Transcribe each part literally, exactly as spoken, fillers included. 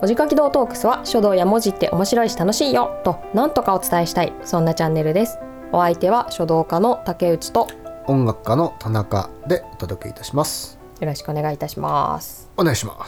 文字書き道トークスは書道や文字って面白いし楽しいよとなんとかお伝えしたい、そんなチャンネルです。お相手は書道家の竹内と音楽家の田中でお届けいたします。 よろしくお願いいたします。 お願いします。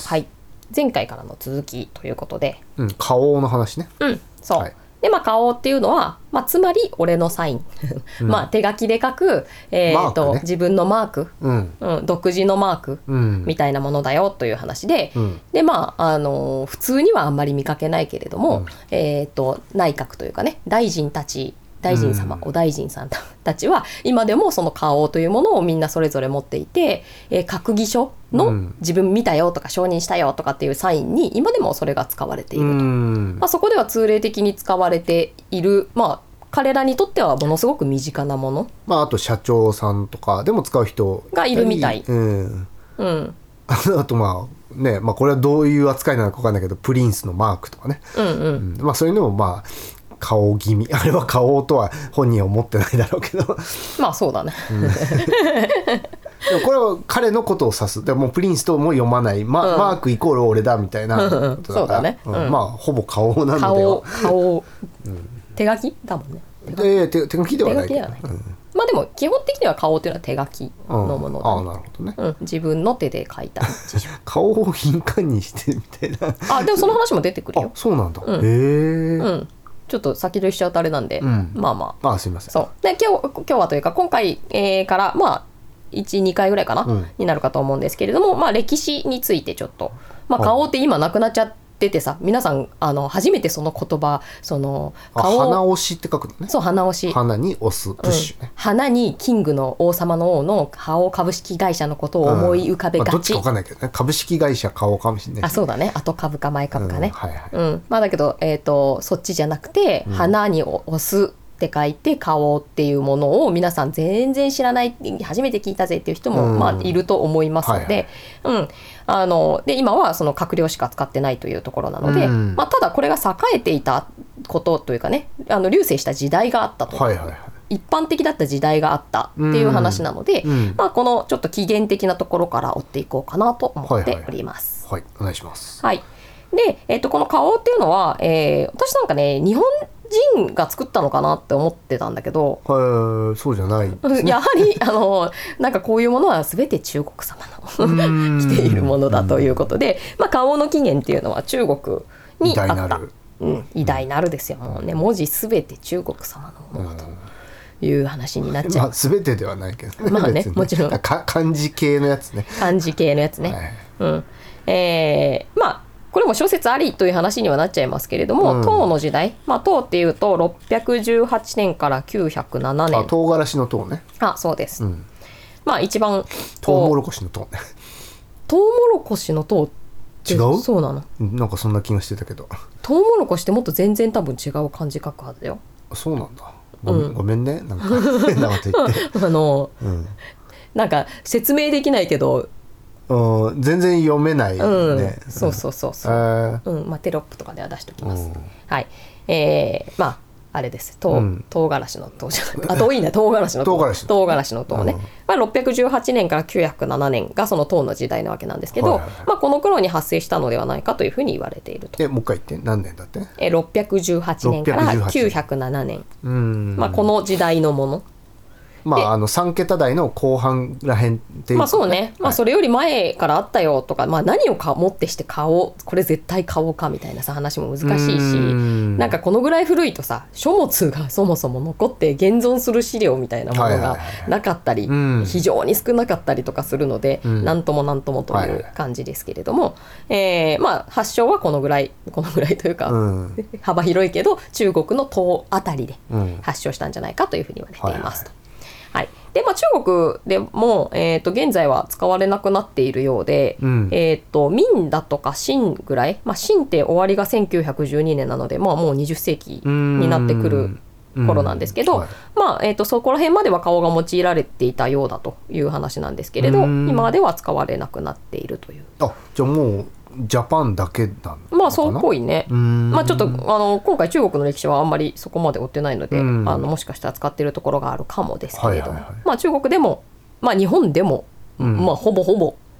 はい、前回からの続きということで、 うん、顔の話ね。 うん、そう、 はい、 でまあ顔っていうのは、まあ、つまり俺のサインまあ手書きで書く、えーとね、自分のマーク、うんうん、独自のマークみたいなものだよという話で、うん、でまあ、あのー、普通にはあんまり見かけないけれども、うん、えーと内閣というかね、大臣たち大臣様、うん、お大臣さんたちは今でもその顔というものをみんなそれぞれ持っていて、えー、閣議書の自分見たよとか承認したよとかっていうサインに今でもそれが使われていると、うんまあ、そこでは通例的に使われている、まあ、彼らにとってはものすごく身近なもの、 まあ、あと社長さんとかでも使う人がいるみたい、 うんうん、あとまあね、まあ、これはどういう扱いなのか分かんないけどプリンスのマークとかね、うんうんうんまあ、そういうのもまあ顔気味、あれは顔とは本人は思ってないだろうけどまあそうだね、うん、でもこれは彼のことを指す。でもプリンスとも読まない、まうん、マークイコール俺だみたいなことだから、 そうだね、うん、 まあほぼ顔なんだよ。 顔顔、うん、手書きだもんね。 で 手, 手書きではないけど、 うん、まあでも基本的には顔っていうのは手書きのものだ、ねうん、ああなるほどね、 うん、自分の手で書いた顔を印鑑にしてみたいなあでもその話も出てくるよ。 あそうなんだ、うん、へえ、 うんちょっと先取りしちゃうとあれなんで、うん、まあまああすいません。 そうで今日、今日はというか今回、えー、からまあいち、にかいぐらいかな、うん、になるかと思うんですけれども、まあ歴史についてちょっと、まあ、顔って今なくなっちゃっててさ、皆さんあの初めてその言葉、その顔花押しって書くのね。 そう花押し、 花に押すプッシュね、 うん、花にキングの王様の王の花王株式会社のことを思い浮かべがち、 うんまあ、どっちか分かんないけどね、株式会社花王かもしれない、ね、 あそうだね、後株か前株かね、 うんはいはいうんまあ、だけど、えーと、そっちじゃなくて、うん、花に押すって書いて顔っていうものを皆さん全然知らない、初めて聞いたぜっていう人も、うんまあ、いると思いますので、はいはいうん、あので今はその閣僚しか使ってないというところなので、うんまあ、ただこれが栄えていたことというかね、あの隆盛した時代があったと、はいはいはい、一般的だった時代があったっていう話なので、うんまあ、このちょっと起源的なところから追っていこうかなと思っております。 はい、はいはい、お願いします。 はいでえー、とこの顔っていうのは、えー、私なんかね日本人が作ったのかなって思ってたんだけど、 はいそうじゃないですね、 やはりあのなんかこういうものは全て中国様の来ているものだということで、まあ、顔の起源っていうのは中国にあった。偉大なる、うん、偉大なるですよ、もうね文字全て中国様のものという話になっちゃう、まあ、 全てではないけどね、 まあねもちろん漢字系のやつね、 漢字系のやつね、はいうんえー、まあこれも諸説ありという話にはなっちゃいますけれども、うん、唐の時代、まあ、唐っていうとろっぴゃくじゅうはちねんからきゅうひゃくななねん、 あ唐辛子の唐ね、 あそうです、うん、まあ一番トウモロコシの唐ねトウモロコシの唐って違う？ そうなの？ なんかそんな気がしてたけど、 トウモロコシってもっと全然多分違う漢字書くはずだよ。 そうなんだ、ごめん、うん、ごめんねなんか変なこと言ってあの、うん、なんか説明できないけどうん、全然読めないね、うん、 そうそうそうそう、えーうんまあ、テロップとかでは出しておきます、うん、はいえー、まああれですと、うん、唐辛子の唐じゃないあ遠いね唐辛子の唐唐辛子の唐ね、うんまあ、ろっぴゃくじゅうはちねんからきゅうひゃくななねんがその唐の時代なわけなんですけど、はいはいはいまあ、この頃に発生したのではないかというふうに言われていると。 えもう一回言って何年だって？ えろっぴゃくじゅうはちねんからきゅうひゃくななねん、うんまあ、この時代のもの、 まあ、あのさんけた台の後半らへんっていう、ね、 まあそうね、まあ、それより前からあったよとか、はいまあ、何をかもってして買おうこれ絶対買おうかみたいなさ話も難しいし、んなんかこのぐらい古いとさ書物がそもそも残って現存する資料みたいなものがなかったり、非常に少なかったりとかするので、なんともなんともという感じですけれども、えーまあ、発祥はこのぐらいこのぐらいというか、うん、幅広いけど中国の唐あたりで発祥したんじゃないかというふうに言われていますと。はいでまあ、中国でも、えー、と現在は使われなくなっているようで、うんえー、と明だとか清ぐらい、まあ、清って終わりがせんきゅうひゃくじゅうにねんなので、まあ、もうにじゅっせいきになってくる頃なんですけど、はいまあえー、とそこら辺までは顔が用いられていたようだという話なんですけれど、今では使われなくなっているという。 あじゃあもうジャパンだけなのかな。 まあそうっぽいね。まあちょっとあの今回中国の歴史はあんまりそこまで追ってないので、あのもしかしたら使ってるところがあるかもですけれども、はいはいはい、まあ中国でもまあ日本でも、うん、まあほぼほぼ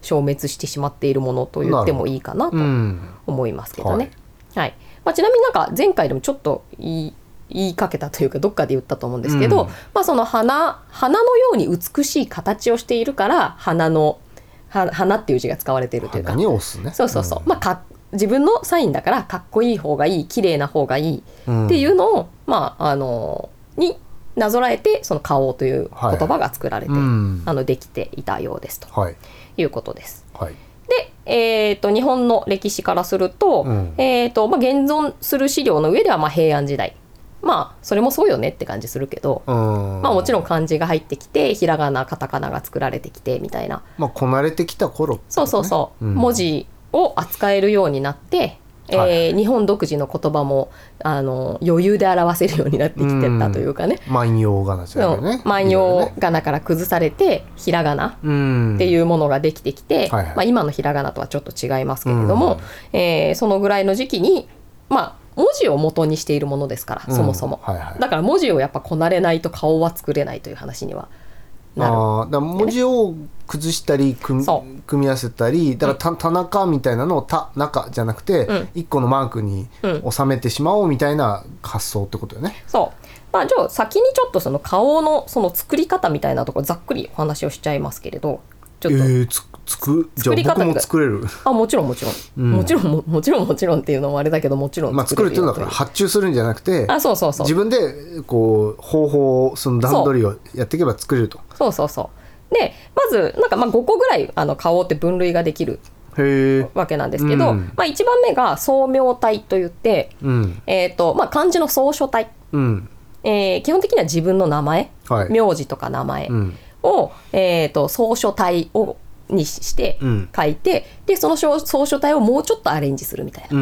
消滅してしまっているものと言ってもいいかなと思いますけどね。はい、まあ、ちなみになんか前回でもちょっと言い言いかけたというかどっかで言ったと思うんですけど、うん、まあ、その花花のように美しい形をしているから花の花っていう字が使われているというか、 花に押すね。 そうそうそう、うん、まあ、か自分のサインだからかっこいい方がいい綺麗な方がいいっていうのを、うん、まああのになぞらえてその花王という言葉が作られて、はい、うん、あのできていたようですと、はい、いうことです。はい、で、えー、と日本の歴史からすると、うん、えーとまあ、現存する資料の上ではまあ平安時代、まあそれもそうよねって感じするけど、まあ、もちろん漢字が入ってきてひらがなカタカナが作られてきてみたいな、 まあ、こなれてきた頃、ね、 そうそうそう、うん、文字を扱えるようになって、えーはい、日本独自の言葉もあの余裕で表せるようになってきてたというかね、 万葉仮名ですよね。 万葉仮名から崩されてひらがなっていうものができてきて、はいはい、まあ、今のひらがなとはちょっと違いますけれども、えー、そのぐらいの時期にまあ文字を元にしているものですから、そもそも、うん、はいはい、だから文字をやっぱこなれないと顔は作れないという話にはなる。 あだから文字を崩したり組 み, 組み合わせたり、だから 田, 田中みたいなのを田中じゃなくて、うん、いっこのマークに収めてしまおうみたいな発想ってことよね。 そう、まあ、じゃあ先にちょっとその顔のその作り方みたいなところざっくりお話をしちゃいますけれど、ちょっと、えー、つつくじゃあ僕も作れる。 あ、もちろんもちろん、うん、もちろん も, もちろんもちろんっていうのもあれだけど、もちろん作れる、まあ、作るっていうのは発注するんじゃなくて、 あ、そうそうそう、 自分でこう方法その段取りをやっていけば作れると。 そうそうそうで、まずなんかまあごこぐらいあの顔って分類ができるわけなんですけど、うん、まあ、いちばんめが宗名体といって、うん、えーとまあ、漢字の草書体、うん、えー、基本的には自分の名前、はい、名字とか名前を、うん、えーと草書体をにして書いて、うん、でその草書体をもうちょっとアレンジするみたいな、うん、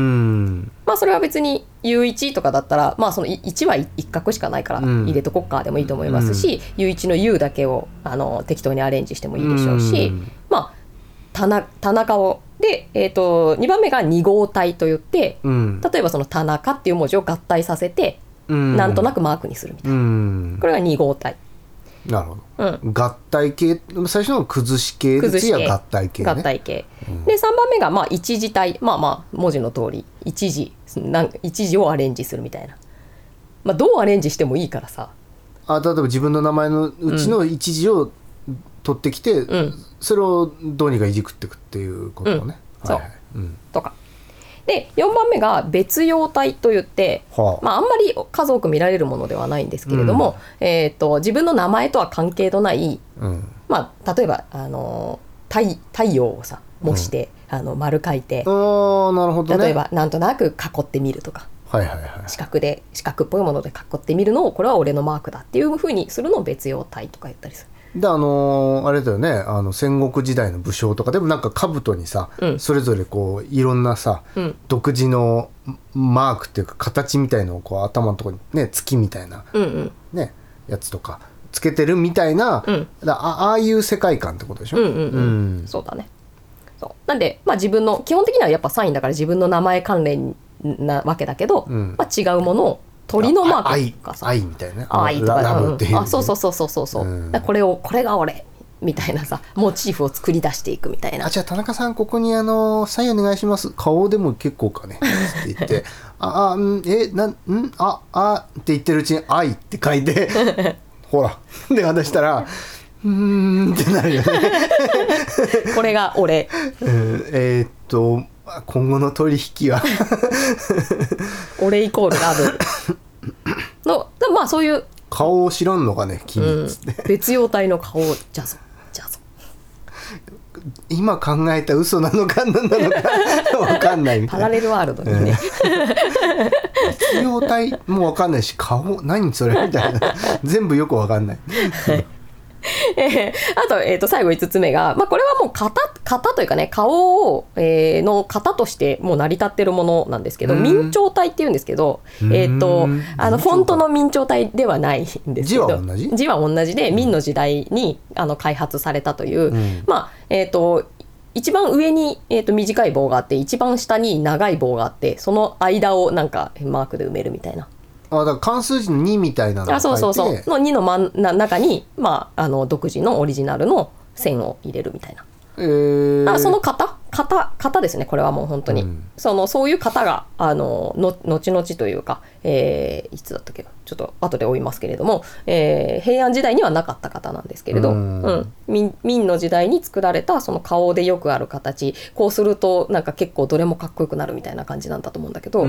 まあそれは別に ユーワン とかだったら、まあ、そのいちは一画しかないから入れとこっかでもいいと思いますし、うん、ユーワン の U だけをあの適当にアレンジしてもいいでしょうし、うん、まあ田中、田中をで、えーとにばんめがに号体といって、うん、例えばその田中っていう文字を合体させて、うん、なんとなくマークにするみたいな、うん、これがに号体。 なるほど、うん、合体系、最初の崩し系で次は合体系、ね、 合体系、うん、でさんばんめがまあ一字体、まあまあ文字の通り一字なん一字をアレンジするみたいな、まあ、どうアレンジしてもいいからさ、 あ、例えば自分の名前のうちの一字を取ってきて、うん、それをどうにかいじくっていくっていうことね、うん、はいはい、そう、うん、 とかでよんばんめが別用体といって、はあ、まあ、あんまり数多く見られるものではないんですけれども、うん、えー、と自分の名前とは関係のない、うん、まあ、例えばあの 太, 太陽をさ模して、うん、あの丸書いて、 あ、なるほどね、 例えばなんとなく囲ってみるとか、はいはいはい、四角で四角っぽいもので囲ってみるのをこれは俺のマークだっていう風にするのを別用体とか言ったりする。 で、あのー、あれだよね、あの戦国時代の武将とかでもなんか兜にさ、うん、それぞれこういろんなさ、うん、独自のマークっていうか形みたいのをこう頭のところにね、月みたいな、うんうん、ね、やつとかつけてるみたいな、うん、だ あ, ああいう世界観ってことでしょ、うんうんうんうん、そうだね。そうなんで、まあ、自分の基本的にはやっぱサインだから自分の名前関連なわけだけど、うん、まあ、違うものを鳥のマークとかさ、 愛みたいな、 愛とか、ラブっていう、あ、そうそうそうそうそうそう、うん、これをこれが俺みたいなさ、モチーフを作り出していくみたいな。 あ、じゃあ田中さんここにあのサインお願いします、顔でも結構かねって言ってああ、んえなんんああって言ってるうちに愛って書いてほらで渡したらうーんってなるよねこれが俺、 うん、えー、っと今後の取引は俺イコールラブの、まあそういう顔を知らんのかね君、うん、 別用体の顔じゃぞじゃぞ今考えた嘘なのか何なのか分かんないみたいな、 パラレルワールドにね、 別用体も分かんないし、顔何それみたいな全部よく分かんないえー、あと、えー、と最後いつつめが、まあ、これはもう型、型というかね、顔を、えー、の型としてもう成り立ってるものなんですけど、明朝体っていうんですけど、えー、とあのフォントの明朝体ではないんですけど、 字は同じ字は同じで、明の時代にあの開発されたという、うん、まあえっ、ー、と一番上に、えー、と短い棒があって、一番下に長い棒があって、その間をなんかマークで埋めるみたいな。 あ、だから関数字のにみたいなのを書いて、あ、そうそうそうのにの真ん中に、まあ、あの独自のオリジナルの線を入れるみたいな。 えー、 あその型型型ですねこれはもう本当に、うん、そのそういう型があのの後々というか、えー、いつだったっけちょっと後で追いますけれども、えー、平安時代にはなかった型なんですけれど、うんうん、明, 明の時代に作られたその顔でよくある形こうするとなんか結構どれもかっこよくなるみたいな感じなんだと思うんだけど、うん、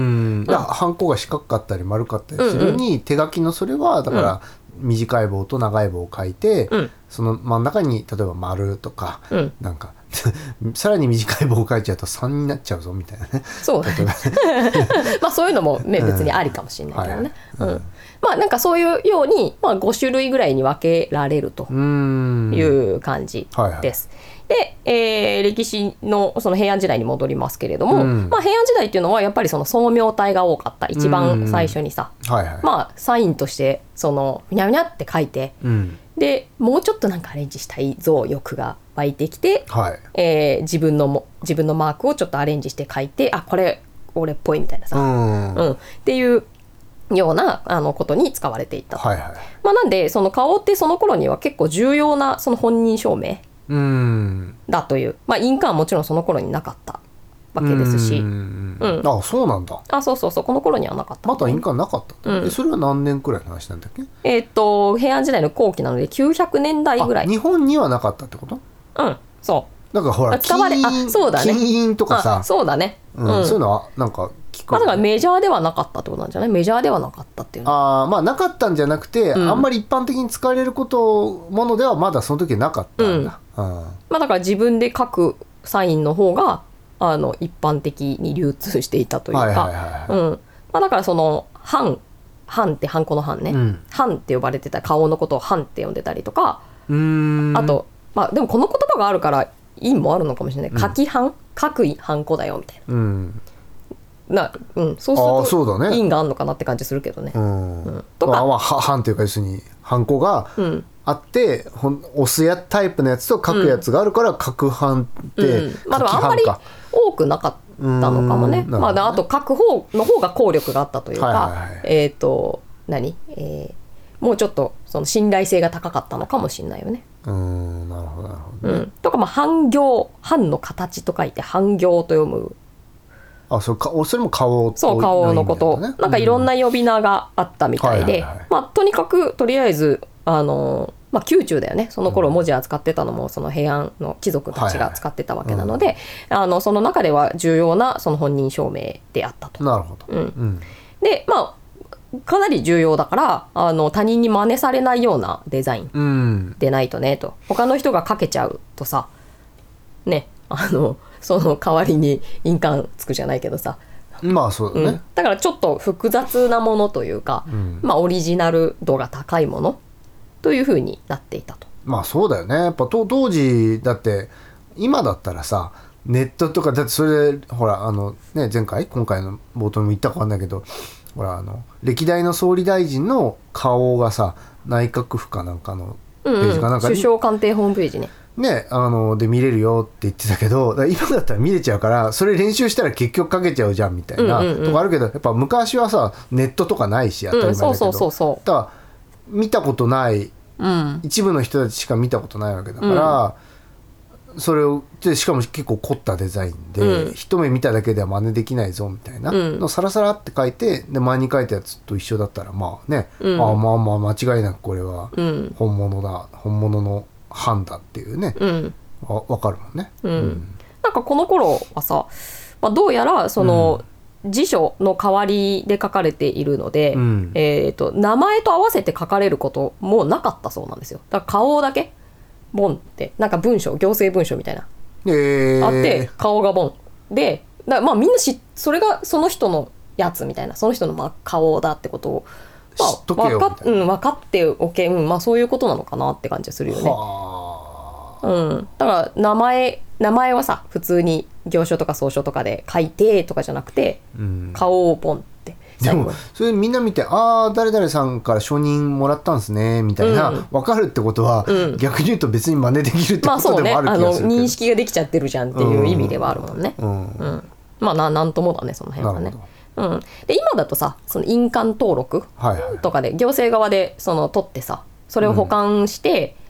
ハンコが四角かったり丸かったりするように、うんうん、手書きのそれはだから、うん短い棒と長い棒を書いて、うん、その真ん中に例えば丸とか、うん、なんかさらに短い棒を書いちゃうとさんになっちゃうぞみたいなねそうまあそういうのも、ね、別にありかもしれないけどね、うんはいうん、まあなんかそういうように、まあ、ご種類ぐらいに分けられるという感じです。はいはいで、えー、歴史 の, その平安時代に戻りますけれども、うんまあ、平安時代っていうのはやっぱりその宗明体が多かった一番最初にさ、はいはいまあ、サインとしてそのふにゃふにゃって書いて、うん、でもうちょっとなんかアレンジしたいぞ欲が湧いてきて、はいえー、自分のも自分のマークをちょっとアレンジして書いてあこれ俺っぽいみたいなさ、うんうん、っていうようなあのことに使われていたと、はいはいまあ、なんでその顔ってその頃には結構重要なその本人証明うんだという、まあ、印鑑はもちろんその頃になかったわけですし、うんうん、 あそうなんだあそうそうそうこの頃にはなかった、 まだ印鑑なかった、うん、それは何年くらいの話なんだっけえー、っと平安時代の後期なのできゅうひゃくねんだいぐらい日本にはなかったってことうんそうなんかほら使われあそうだね金印とかさそうだね、 うんうん、そういうのはなんか聞く、 まあ、だからメジャーではなかったってことなんじゃないメジャーではなかったっていうのあまあなかったんじゃなくて、うん、あんまり一般的に使われることものではまだその時なかったんだ、うんうんまあ、だから自分で書くサインの方があの一般的に流通していたというかだからその藩藩ってハンコの藩ね、うん、藩って呼ばれてた顔のことを藩って呼んでたりとかうーんあと、まあ、でもこの言葉があるから意味もあるのかもしれない、うん、書き藩書くハンコだよみたいな、うんなうん、そうするとそうだね、 意味があるのかなって感じするけどね、うんうん、とか、まあ、まあ藩というか要するにハンコがあって、うん、ほん押すやタイプのやつと書くやつがあるから、書く藩って、うんまあ、でもあんまり多くなかったのかもね、まあ、あと書く方の方が効力があったというか、はいはいはい、えっ、ー、と何、えー、もうちょっとその信頼性が高かったのかもしれないよね。 うんなるほどなるほど、ねうん、 とかまあ藩行藩の形と書いて藩行と読むあそれかそれも顔とそう顔のこと、ね、なんかいろんな呼び名があったみたいで、うんはいはいはいまあ、とにかくとりあえずあの、まあ、宮中だよねその頃文字扱ってたのもその平安の貴族たちが使ってたわけなので、はいはいうん、あのその中では重要なその本人証明であったと。 なるほど、うんうん、 でまあかなり重要だからあの他人に真似されないようなデザインでないとねと、うん、他の人がかけちゃうとさねあのその代わりに印鑑つくじゃないけどさまあそうだね、うん、 だからちょっと複雑なものというか、うんまあ、オリジナル度が高いものという風になっていたと。 まあそうだよねやっぱ当時だって今だったらさネットとかだってそれでほらあの、ね、前回今回の冒頭にも言ったか分かんないけどほらあの歴代の総理大臣の顔がさ内閣府かなんかのページかなんかに、うんうん、 首相官邸ホームページねね、あので見れるよって言ってたけどだ今だったら見れちゃうからそれ練習したら結局かけちゃうじゃんみたいな、うんうんうん、とこあるけどやっぱ昔はさネットとかないし当たり前だけど、うん、そうそうそうそうだから見たことない、うん、一部の人たちしか見たことないわけだから、うん、それをでしかも結構凝ったデザインで、うん、一目見ただけでは真似できないぞみたいなのサラサラって書いてで前に書いたやつと一緒だったらまあね、うん、あまあまあ間違いなくこれは本物だ、うん、本物の判断っていうね、うん、わ分かるもんね、うんうん、 なんかこの頃はさ、まあ、どうやらその、うん、辞書の代わりで書かれているので、うんえー、と名前と合わせて書かれることもなかったそうなんですよ。だから顔だけボンってなんか文章行政文書みたいな、えー、あって顔がボンでだまあみんなしそれがその人のやつみたいなその人のまあ顔だってことをまあ、 知っとけよみたいな、分か、 うん、分かっておけ、うんまあ、そういうことなのかなって感じがするよね。は、うん、だから名前名前はさ普通に行書とか草書とかで書いてとかじゃなくて、うん、顔をポンってでもそれみんな見てああ誰々さんから承認もらったんですねみたいな、うん、分かるってことは、うん、逆に言うと別に真似できるってことでもある気がするけど、まあそうね、あの認識ができちゃってるじゃんっていう意味ではあるもんね、うんうん、まあ な, なんともだねその辺はね。うん、で今だとさその印鑑登録とかで、はいはい、行政側でその取ってさそれを保管して、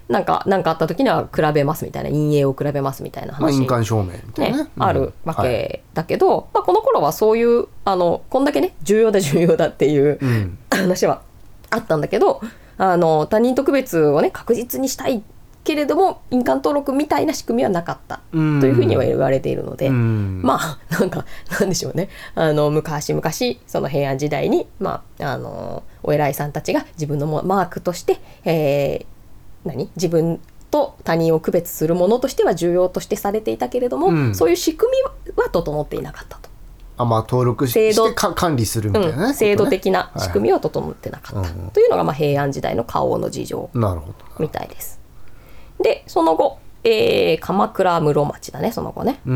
なんかなんかあった時には比べますみたいな、陰影を比べますみたいな話、 まあ、印鑑証明みたいなね、 ね、あるわけだけど、はい、まあ、この頃はそういうあのこんだけね重要だ重要だっていう、うん、話はあったんだけど、あの他人と区別をね確実にしたいけれども印鑑登録みたいな仕組みはなかったというふうには言われているので、まあなんかなんでしょうね、あの昔々その平安時代に、まあ、あのお偉いさんたちが自分のマークとして、えー、何自分と他人を区別するものとしては重要としてされていたけれども、うん、そういう仕組みは整っていなかったと。 あ、まあ、登録して管理するみたいなね、 うん、制度的な仕組みは整ってなかった、はい、というのがまあ平安時代の花押の事情みたいです。でその後、えー、鎌倉室町だね、その後ね、うん、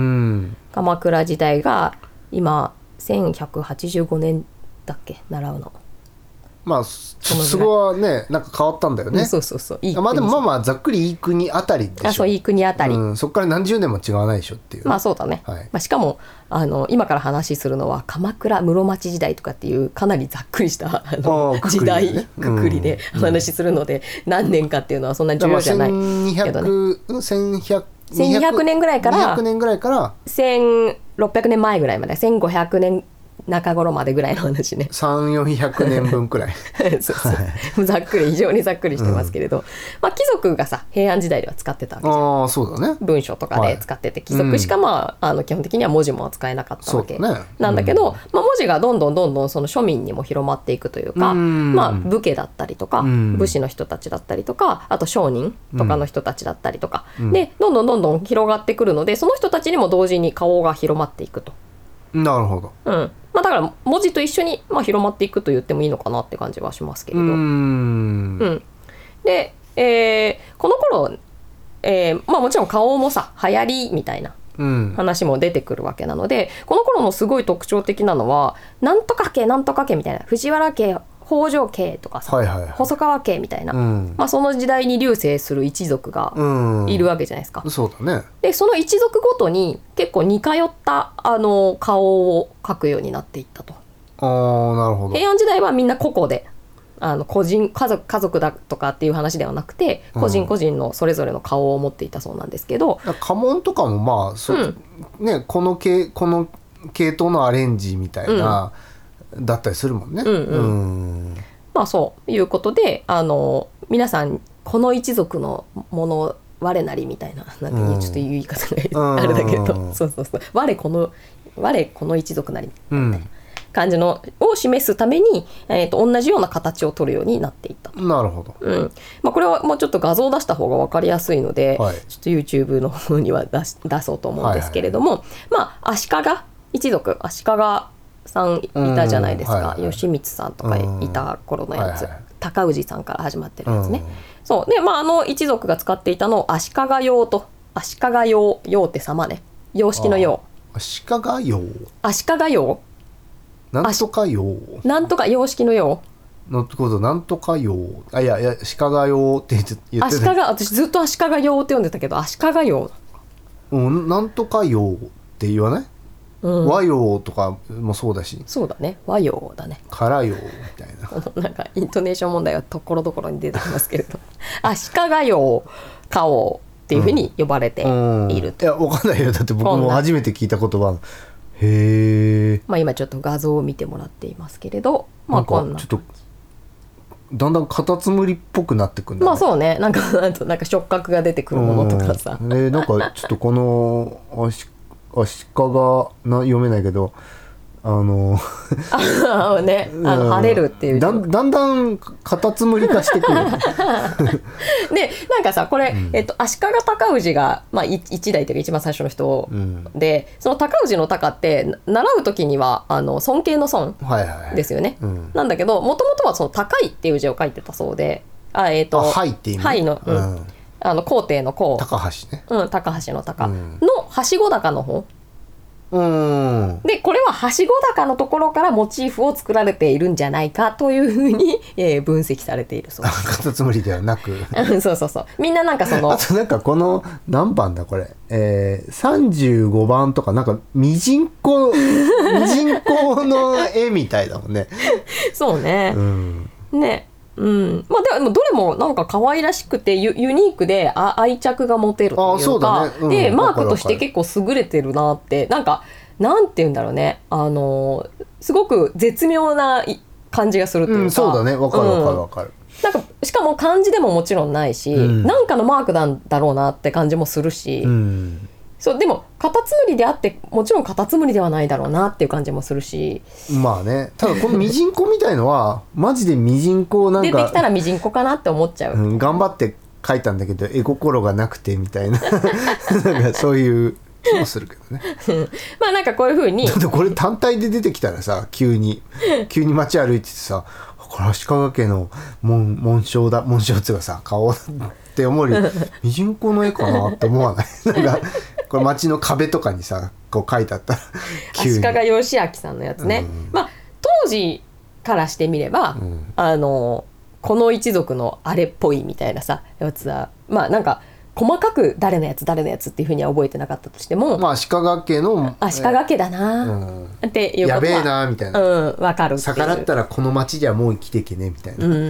鎌倉時代が今せんひゃくはちじゅうごねんだっけ習うの。まあそこはねなんか変わったんだよね、うん、 そうそうそう、 いいまあでもまあまあざっくりいい国あたりでしょ。 あ、そう、いい国あたり、 うん、そこから何十年も違わないでしょっていう。 まあそうだね、はい、まあ、しかもあの今から話するのは鎌倉室町時代とかっていうかなりざっくりしたあのあ時代くくりでお話しするので、うん、何年かっていうのはそんな重要じゃないけどね。 せんにひゃくせんにひゃくねんぐらいからにひゃくねんぐらいからせんろっぴゃくねんまえぐらいまで、せんごひゃくねん中頃までぐらいの話ね。 さんびゃく、よんひゃくねんぶんくらいそうそう、はい、ざっくり非常にざっくりしてますけれど、うん、まあ、貴族がさ平安時代では使ってたわけじゃん。 あ、そうだね、 文書とかで使ってて、はい、貴族しか、まあ、あの基本的には文字も扱えなかったわけなんだけど、うん、まあ、文字がどんどんどんどんその庶民にも広まっていくというか、うん、まあ、武家だったりとか、うん、武士の人たちだったりとか、あと商人とかの人たちだったりとか、うん、でどんどんどんどん広がってくるので、その人たちにも同時に顔が広まっていくと。 なるほど、 うん、まあ、だから文字と一緒に、まあ、広まっていくと言ってもいいのかなって感じはしますけれど、うーん、うん、で、えー、この頃、えーまあ、もちろん花押もさ流行りみたいな話も出てくるわけなので、うん、この頃のすごい特徴的なのはなんとか家なんとか家みたいな、藤原家北条家とかさ、はいはいはい、細川家みたいな、うん、まあ、その時代に隆盛する一族がいるわけじゃないですか、 うん、そうだね。 でその一族ごとに結構似通ったあの顔を描くようになっていったと。 あ、なるほど。 平安時代はみんな個々で、あの個人家族家族だとかっていう話ではなくて、個人個人のそれぞれの顔を持っていたそうなんですけど、 うん、家紋とかもまあそ、うんね、この系この系統のアレンジみたいな、うん、だったりするもんね。うんうんうん、まあそういうことで、あの皆さんこの一族のもの我なりみたいな、なんかちょっと言い方があれだけど、うん、そうそうそう、我この我この一族なりみたいな、うん、感じのを示すために、えー、と同じような形を取るようになっていったと。 なるほど、 うん、まあ、これはもうちょっと画像を出した方が分かりやすいので、はい、ちょっと YouTube の方には出し出そうと思うんですけれども、はいはい、まあ足利一族、足利さんいたじゃないですか、はいはい、義満さんとかいた頃のやつ、はいはい、高氏さんから始まってるやつね、そうで、まあ、あの一族が使っていたのを足利用と、足利用、用って様ね、様式の用、 足利用、 足利用、 なんとか用、 なんとか様式の用のこと、なんとか用、あ、いやいや、足利用って言って言ってた。 足利、私ずっと足利用って呼んでたけど、足利用、 うん、なんとか用って言わない？うん、和洋とかもそうだし、 そうだね、和洋だね、 から洋みたいななんかイントネーション問題はところどころに出てきますけれど足利洋花押っていうふうに呼ばれていると、うんうん、いや分かんないよ、だって僕も初めて聞いた言葉。へえ、 まあ、今ちょっと画像を見てもらっていますけれど、まあ、こんなちょっとだんだんカタツムリっぽくなってくるんだね。 まあそうね、なんかなんか触覚が出てくるものとかさ、 うん、ね、なんかちょっとこの足足利な読めないけど、あのあね、あの晴れるっていうだんだんだんカタツムリ化してくるでなんかさこれ、うん、えっと、足利尊氏が、まあ、一代というか一番最初の人で、うん、その尊氏の尊って習う時にはあの尊敬の尊ですよね、はいはいはい、うん、なんだけどもともとはその高いっていう字を書いてたそうで、あ、えっと、 はいって意味、 はいの、うんうん、あの皇帝の皇、 高橋ね、 うん、高橋の高、うん、のはしご高の方、 うん、 でこれははしご高のところからモチーフを作られているんじゃないかというふうに、えー、分析されているそうです。 カタツムリではなくそうそうそう、みんななんかそのあとなんかこの何番だこれ、えー、さんじゅうごばんとかなんかミジンコミジンコの絵みたいだもんねそうね、うん、ね、 うん、まあでもどれもなんか可愛らしくて ユ, ユニークであ愛着が持てるというか、 あそうだね、うん、 でマークとして結構優れてるなって、なんかなんて言うんだろうね、あのすごく絶妙な感じがするっていうか、うん、 そうだね、わかるわかるわかる、 うん、なんかしかも漢字でももちろんないし、うん、なんかのマークなんだろうなって感じもするし、うん、そうでもカタツムリであってもちろんカタツムリではないだろうなっていう感じもするし、 まあね、ただこのミジンコみたいのはマジでミジンコなんか出てきたらミジンコかなって思っちゃう、うん、 頑張って書いたんだけど絵心がなくてみたいななんかそういう気もするけどねまあなんかこういう風にだってこれ単体で出てきたらさ、急に急に街歩いててさ、これ足利家の 紋, 紋章だ紋章っていうかさ顔って思うよりミジンコの絵かなって思わないなんかこれ街の壁とかにさこう書いてあったら急に足利義明さんのやつね、うん、まあ当時からしてみれば、うん、あのこの一族のあれっぽいみたいなさやつはまあなんか細かく誰のやつ誰のやつっていうふうには覚えてなかったとしても、 まあ足利家の足利家だな、うん、っていうことはやべえなみたいな、 うん、分かるっていう逆らったらこの町じゃもう生きていけねみたいな、 うん、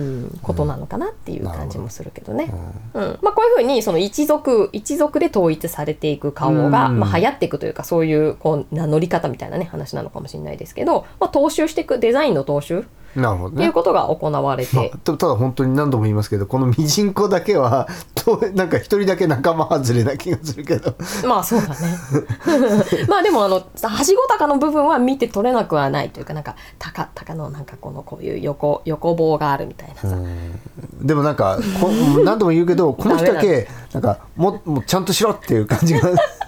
ことなのかなっていう感じもするけどね、うんうんまあ、こういうふうにその一族一族で統一されていく顔が、うんまあ、流行っていくというかそういうこう名乗り方みたいなね話なのかもしれないですけど、まあ、踏襲していくデザインの踏襲なるほどね、 っていうことが行われて、まあ、 ただ本当に何度も言いますけどこのミジンコだけはなんか一人だけ仲間外れな気がするけどまあそうだねまあでもあのはしご高の部分は見て取れなくはないというか、なんか高高のなんかこのこういう横横棒があるみたいなさ、 でもなんかこ何度も言うけどこの人だけなんかももうちゃんとしろっていう感じが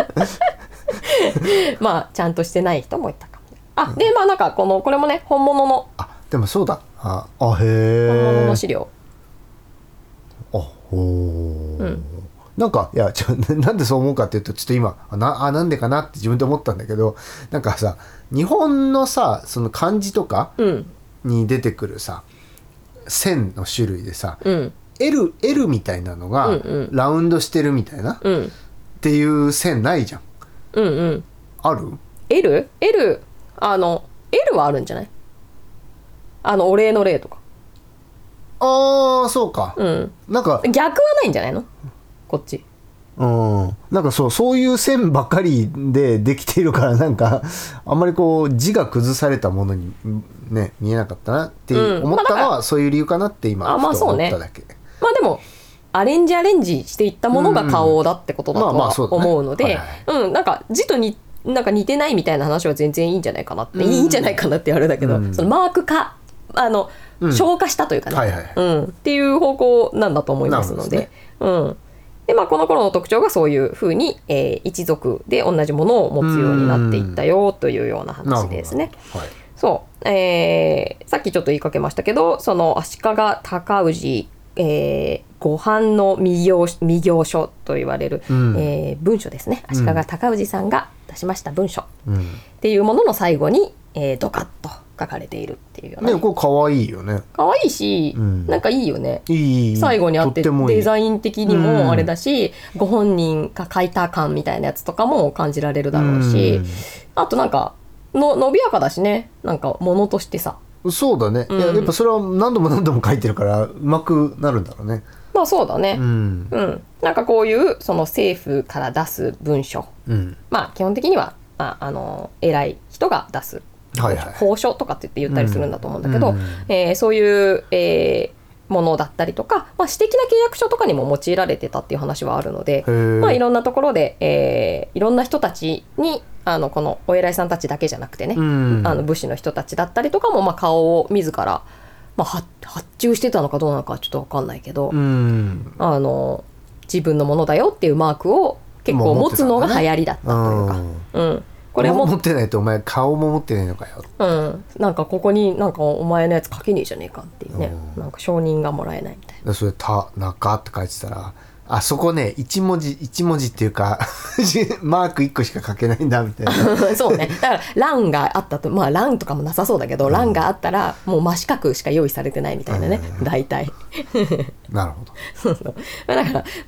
まあちゃんとしてない人もいたかも。あでまあなんかこのこれもね本物のあでもそうだああへえ本物の資料あほー、うん、なんかいやちょなんでそう思うかっていうとちょっと今あ な, あなんでかなって自分で思ったんだけど、なんかさ日本のさその漢字とかに出てくるさ、うん、線の種類でさ、うん、L, L みたいなのがラウンドしてるみたいな、うん、っていう線ないじゃん、うんうん、ある L? L あの L はあるんじゃない、あのお礼の礼とか。 ああそうか、うん、なんか逆はないんじゃないのこっち。 うんなんかそうそういう線ばっかりでできているからなんかあんまりこう字が崩されたものにね見えなかったなって思ったのは、うんまあ、そういう理由かなって今ふと思っただけ。 まあでもアレンジアレンジしていったものが顔だってことだとは思うので、うんなんか字と似なんか似てないみたいな話は全然いいんじゃないかなって、うん、いいんじゃないかなってあれだけど、うん、そのマーク化あの、うん、消化したというかね、はいはいうん、っていう方向なんだと思いますので、ねうんでまあ、この頃の特徴がそういうふうに、えー、一族で同じものを持つようになっていったよというような話ですね。はい、そう、えー、さっきちょっと言いかけましたけどその足利尊氏、えー、ご藩の未行未行書と言われる、うんえー、文書ですね。足利尊氏さんが出しました文書、うん、っていうものの最後に、えー、ドカッと書かれているっていうような、 ね、これかわいいよね。 かわいいし、うん、なんかいいよね。 いい最後にあってデザイン的にもあれだし、うん、ご本人が書いた感みたいなやつとかも感じられるだろうし、うん、あとなんかの伸びやかだしね、なんか物としてさ。 そうだね、うん、いややっぱそれは何度も何度も書いてるからうまくなるんだろうね。 まあそうだね、うんうん、なんかこういうその政府から出す文書、うん、まあ基本的には、まあ、あの偉い人が出すはいはい、法書とかって言って言ったりするんだと思うんだけど、うんえー、そういう、えー、ものだったりとか、まあ、私的な契約書とかにも用いられてたっていう話はあるので、まあ、いろんなところで、えー、いろんな人たちにあのこのお偉いさんたちだけじゃなくてね、うん、あの武士の人たちだったりとかも、まあ、顔を自ら、まあ、発注してたのかどうなのかちょっと分かんないけど、うん、あの自分のものだよっていうマークを結構持つのが流行りだったというか。うんこれも持ってないとお前顔も持ってないのかよ、 うん、なんかここになんかお前のやつ書けねえじゃねえかっていうね、うん、なんか承認がもらえないみたいな。 それた中って書いてたらあそこね一文字一文字っていうかマークいっこしか書けないんだみたいなそうねだから欄があったとまあ欄とかもなさそうだけど、うん、欄があったらもう真四角しか用意されてないみたいなね、うん、大体なるほどだからまあ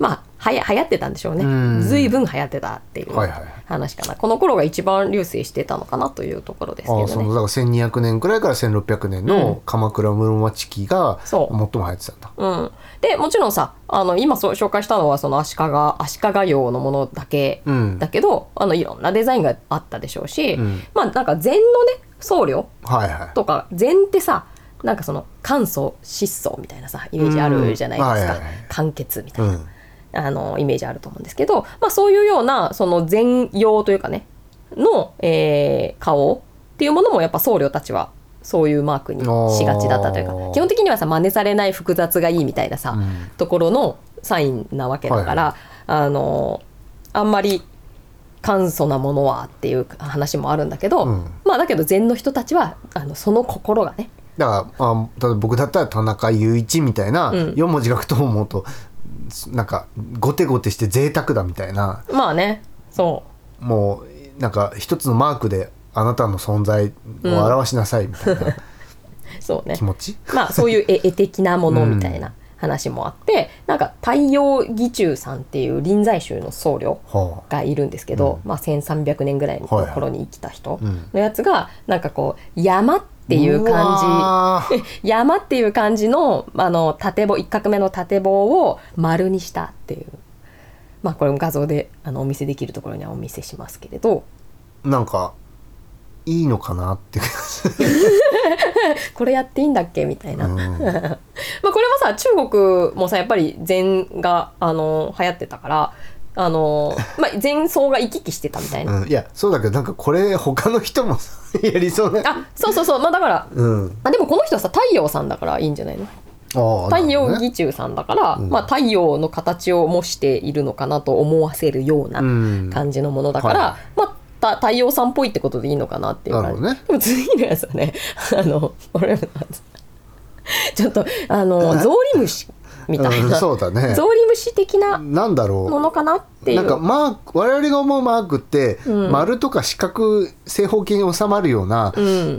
はや流行ってたんでしょうね。ずいぶん流行ってたっていう話かな、はいはい、この頃が一番隆盛してたのかなというところですけどね。 あそのだからせんにひゃくねんくらいからせんろっぴゃくねんの鎌倉室町期が最も流行ってたんだ。 うん、でもちろんさあの今そう紹介したのはその足利足利用のものだけだけど、うん、あのいろんなデザインがあったでしょうし、うん、まあなんか禅のね僧侶とか、はいはい、禅ってさなんかその簡素質素みたいなさイメージあるじゃないですか、うんはいはい、簡潔みたいな、うんあのイメージあると思うんですけど、まあ、そういうようなその禅用というかねの、えー、顔っていうものもやっぱ僧侶たちはそういうマークにしがちだったというか基本的にはさ真似されない複雑がいいみたいなさ、うん、ところのサインなわけだから、はい、あのあんまり簡素なものはっていう話もあるんだけど、うん、まあだけど禅の人たちはあのその心がねだからあ例えば僕だったら田中雄一みたいなよん文字書くと思うと、うんなんかゴテゴテして贅沢だみたいなまあねそうもうなんか一つのマークであなたの存在を表しなさいみたいな、うん、 そうね気持ちまあそういう絵的なものみたいな話もあって、うん、なんか太陽義中さんっていう臨済宗の僧侶がいるんですけど、はあうんまあ、せんさんびゃくねんぐらいの頃に生きた人のやつがなんかこう山ってっていう感じ山っていう感じ の, あの縦棒一画目の縦棒を丸にしたっていうまあこれも画像であのお見せできるところにはお見せしますけれどなんかいいのかなってこれやっていいんだっけみたいなまあこれもさ中国もさやっぱり禅があの流行ってたからあのまあ、前奏が行き来してたみたいな、 うん、いやそうだけどなんかこれ他の人もやりそうなあそうそうそうまあだから、うん、あでもこの人はさ太陽さんだからいいんじゃないのあ太陽義中さんだから、うんまあ、太陽の形を模しているのかなと思わせるような感じのものだから、うんはいまあ、太陽さんっぽいってことでいいのかなっていう感じ、ね、でも次のやつはねあの俺ちょっとあのゾウリムシみたいな、うん、そうだね、ゾウリムシ的なものかなっていう。 なんかマーク我々が思うマークって、うん、丸とか四角正方形に収まるような、うん、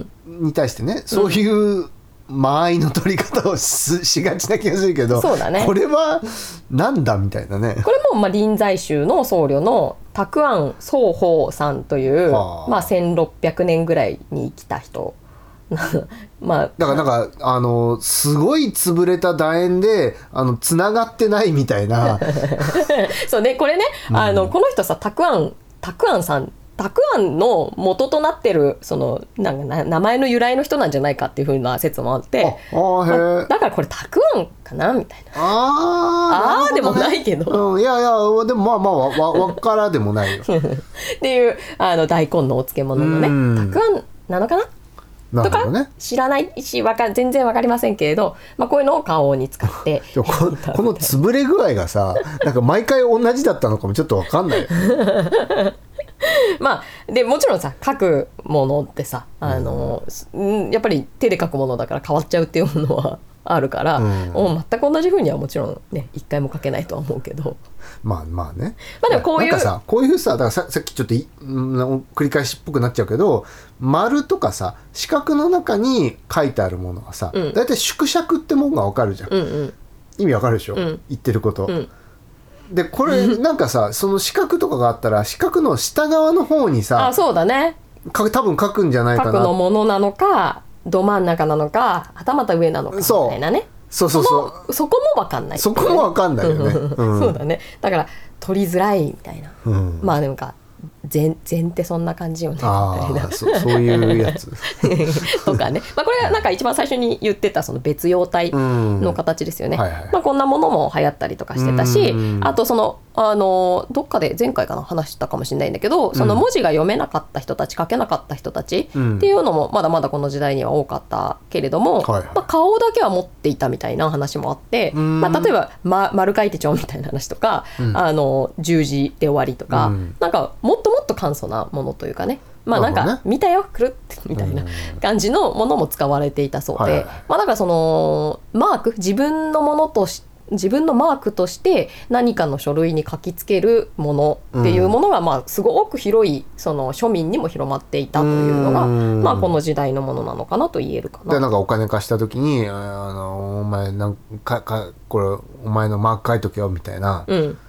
に対してねそういう間合いの取り方を し, しがちな気がするけどそうだ、ね、 これはなんだみたいなね。 これもまあ臨済宗の僧侶の沢庵宗法さんという、はあまあ、せんろっぴゃくねんぐらいに生きた人まあ、 だからなんかあのすごい潰れた楕円であのつながってないみたいなそうねこれね、うん、あのこの人さ沢庵沢庵さん沢庵の元となってるそのなんか名前の由来の人なんじゃないかっていう風な説もあってああへ、まあ、だからこれ沢庵かなみたいなあーあーでもないけど、 うん、いやいやでもまあまあわわからでもないよっていうあの大根のお漬物のね沢庵なのかなとか、ね、知らないしわか全然わかりませんけれど、まあ、こういうのを顔に使ってこ, この潰れ具合がさなんか毎回同じだったのかもちょっとわかんないよねまあでもちろんさ書くものってさあの、うん、やっぱり手で書くものだから変わっちゃうっていうものはあるから、うん、全く同じ風にはもちろんね一回も書けないとは思うけどまあまあねまあでもこういうなんかさこういうさだから さ, さっきちょっとい、うん、繰り返しっぽくなっちゃうけど丸とかさ四角の中に書いてあるものはさ、うん、だいたい縮尺ってもんがわかるじゃん、うんうん、意味わかるでしょ、うん、言ってること、うんでこれなんかさその四角とかがあったら四角の下側の方にさあそうだねか多分書くんじゃないかな角のものなのかど真ん中なのかはたまた上なのかみたいなねそうそうそうそうそこも分かんない、ね、 そこも分かんないよね、 うん、そうだねだから取りづらいみたいな、うん、まあでもか禅ってそんな感じよねあみたいな そ, そういうやつとかね、まあ、これはなんか一番最初に言ってたその別様体の形ですよね、うんはいはいまあ、こんなものも流行ったりとかしてたしあとそのあのどっかで前回かな話したかもしれないんだけどその文字が読めなかった人たち書けなかった人たちっていうのもまだまだこの時代には多かったけれども、はいはいまあ、顔だけは持っていたみたいな話もあって、まあ、例えば、ま、丸書いてちょみたいな話とか、うん、あの十字で終わりとか、うん、なんかもっともっと簡素なものというかねまあなんか見たよくるってみたいな感じのものも使われていたそうで、まあだからそのマーク自分のものとして自分のマークとして何かの書類に書きつけるものっていうものがまあすごく広いその庶民にも広まっていたというのがまあこの時代のものなのかなと言えるかな。 でなんかお金貸した時にあのお前なんかかこれお前のマーク書いとけよみたいな、うん、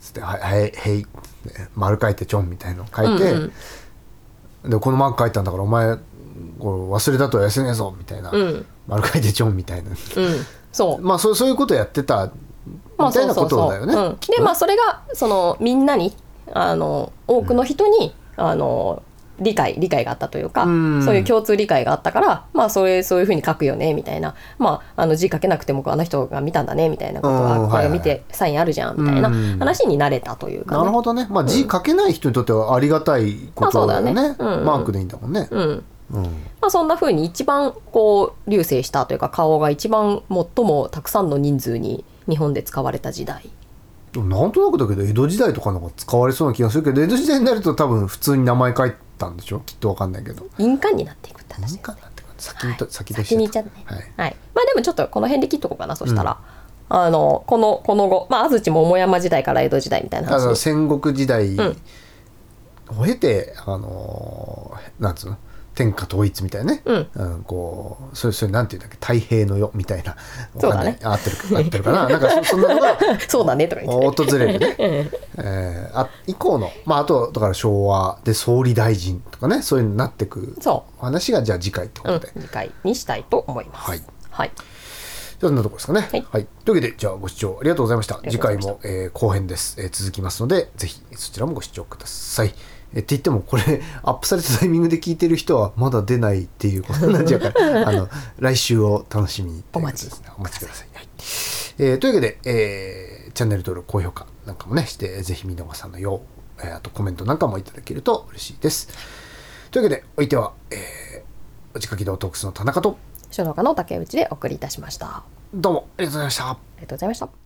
つって「はいはいへい」って丸書いてちょんみたいの書いて、うんうん、でこのマーク書いたんだからお前これ忘れたとはやせねえぞみたいな、うん、丸書いてちょんみたいな、うん、そうまあそうそういうことやってたみたいなことだよね。 でまあそれがそのみんなにあの多くの人に、うん、あの理解理解があったというか、うん、そういう共通理解があったからまあそれそういうふうに書くよねみたいな、まあ、あの字書けなくてもあの人が見たんだねみたいなことが、うん、これを見てサインあるじゃんみたいな話になれたというか、ね、 なるほどね、まあ、字書けない人にとってはありがたいことだよね、まあそうだね、うん、マークでいいんだもんね、うんうんまあ、そんな風に一番こう隆盛したというか顔が一番最もたくさんの人数に日本で使われた時代。なんとなくだけど江戸時代とかの方が使われそうな気がするけど江戸時代になると多分普通に名前書いたんでしょきっと分かんないけど印鑑になっていくって話、 印鑑になっていく先にと、はい、先先先に行っちゃうね、はいはい、まあでもちょっとこの辺で切っとこうかなそしたら、うん、あのこのこの後まあ安土桃山時代から江戸時代みたいな話です。戦国時代を経て、うん、あのなんつうの天下統一みたいなね、うんうん、こうそれそれなんていうんだっけ太平の世みたいなそうだね合ってるか合ってるかななんか そ, そんなのがそうだねとか言って訪れるね、えー、あ以降のまああとだから昭和で総理大臣とかねそういうのになってく話がじゃあ次回ってことで、 うん、次回にしたいと思います。はい、はい、 そんなところですかね、はいはい、というわけでじゃあご視聴ありがとうございました。次回も、えー、後編です、えー、続きますのでぜひそちらもご視聴ください。えって言ってもこれアップされたタイミングで聞いてる人はまだ出ないっていうことになっちゃうからあの来週を楽しみにお待ちです、 ね、お待ちください、はいえー、というわけで、えー、チャンネル登録高評価なんかもねしてぜひ見逃さぬよう、えー、あとコメントなんかもいただけると嬉しいです。というわけでお相手は、えー、おちかき道トークスの田中と書道家の竹内でお送りいたしました。 どうもありがとうございました。 ありがとうございました。